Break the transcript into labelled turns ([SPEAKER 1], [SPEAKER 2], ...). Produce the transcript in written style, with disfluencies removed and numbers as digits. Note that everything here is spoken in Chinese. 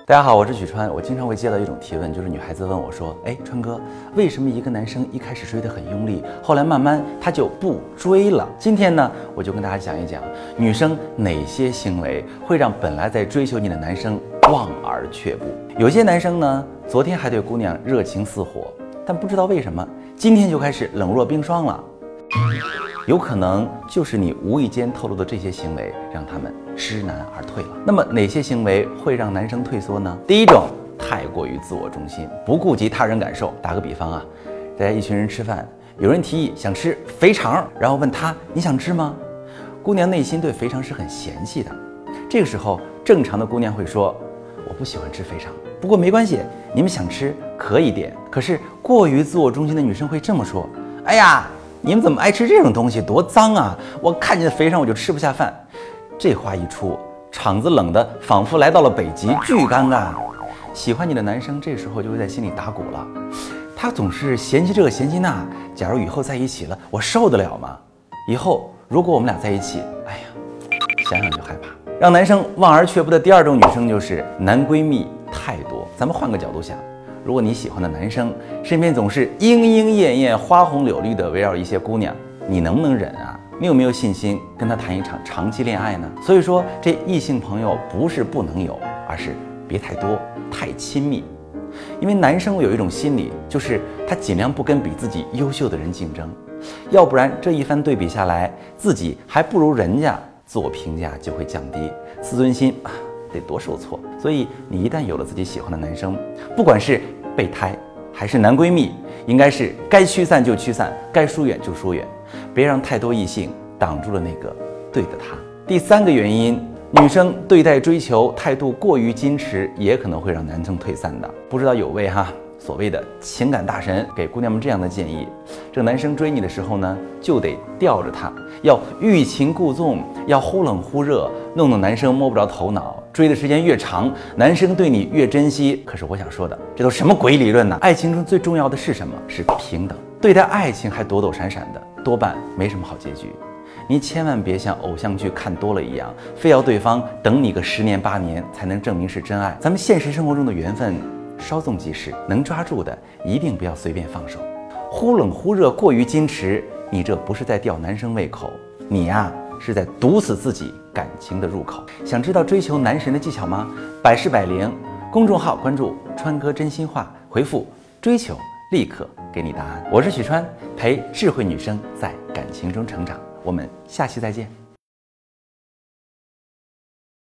[SPEAKER 1] 大家好，我是许川。我经常会接到一种提问，就是女孩子问我说：“哎，川哥，为什么一个男生一开始追得很用力，后来慢慢他就不追了？”今天呢，我就跟大家讲一讲女生哪些行为会让本来在追求你的男生望而却步。有些男生呢，昨天还对姑娘热情似火，但不知道为什么今天就开始冷若冰霜了。有可能就是你无意间透露的这些行为，让他们知难而退了。那么哪些行为会让男生退缩呢？第一种，太过于自我中心，不顾及他人感受。打个比方啊，大家一群人吃饭，有人提议想吃肥肠，然后问他你想吃吗？姑娘内心对肥肠是很嫌弃的。这个时候，正常的姑娘会说我不喜欢吃肥肠，不过没关系，你们想吃可以点。可是过于自我中心的女生会这么说：哎呀，你们怎么爱吃这种东西，多脏啊，我看见肥肠我就吃不下饭。这话一出，场子冷得仿佛来到了北极，巨尴尬。喜欢你的男生这时候就会在心里打鼓了，他总是嫌弃这嫌弃那，假如以后在一起了，我受得了吗？以后如果我们俩在一起，哎呀，想想就害怕。让男生望而却步的第二种女生就是男闺蜜太多。咱们换个角度想，如果你喜欢的男生身边总是莺莺燕燕、花红柳绿的围绕一些姑娘，你能不能忍啊？你有没有信心跟他谈一场长期恋爱呢？所以说，这异性朋友不是不能有，而是别太多、太亲密。因为男生有一种心理，就是他尽量不跟比自己优秀的人竞争，要不然这一番对比下来，自己还不如人家，自我评价就会降低，自尊心得多受挫。所以你一旦有了自己喜欢的男生，不管是备胎还是男闺蜜，应该是该驱散就驱散，该疏远就疏远，别让太多异性挡住了那个对的他。第三个原因，女生对待追求态度过于矜持，也可能会让男生退散的。不知道有位所谓的情感大神给姑娘们这样的建议：这个男生追你的时候呢，就得吊着他，要欲擒故纵，要忽冷忽热，弄得男生摸不着头脑。追的时间越长，男生对你越珍惜。可是我想说的，这都什么鬼理论呢？爱情中最重要的是什么？是平等。对待爱情还躲躲闪闪的，多半没什么好结局。你千万别像偶像剧看多了一样，非要对方等你个10年8年才能证明是真爱。咱们现实生活中的缘分稍纵即逝，能抓住的一定不要随便放手。忽冷忽热、过于矜持，你这不是在吊男生胃口，你是在堵死自己感情的入口。想知道追求男神的技巧吗？百试百灵。公众号关注川哥真心话，回复追求，立刻给你答案。我是许川，陪智慧女生在感情中成长。我们下期再见。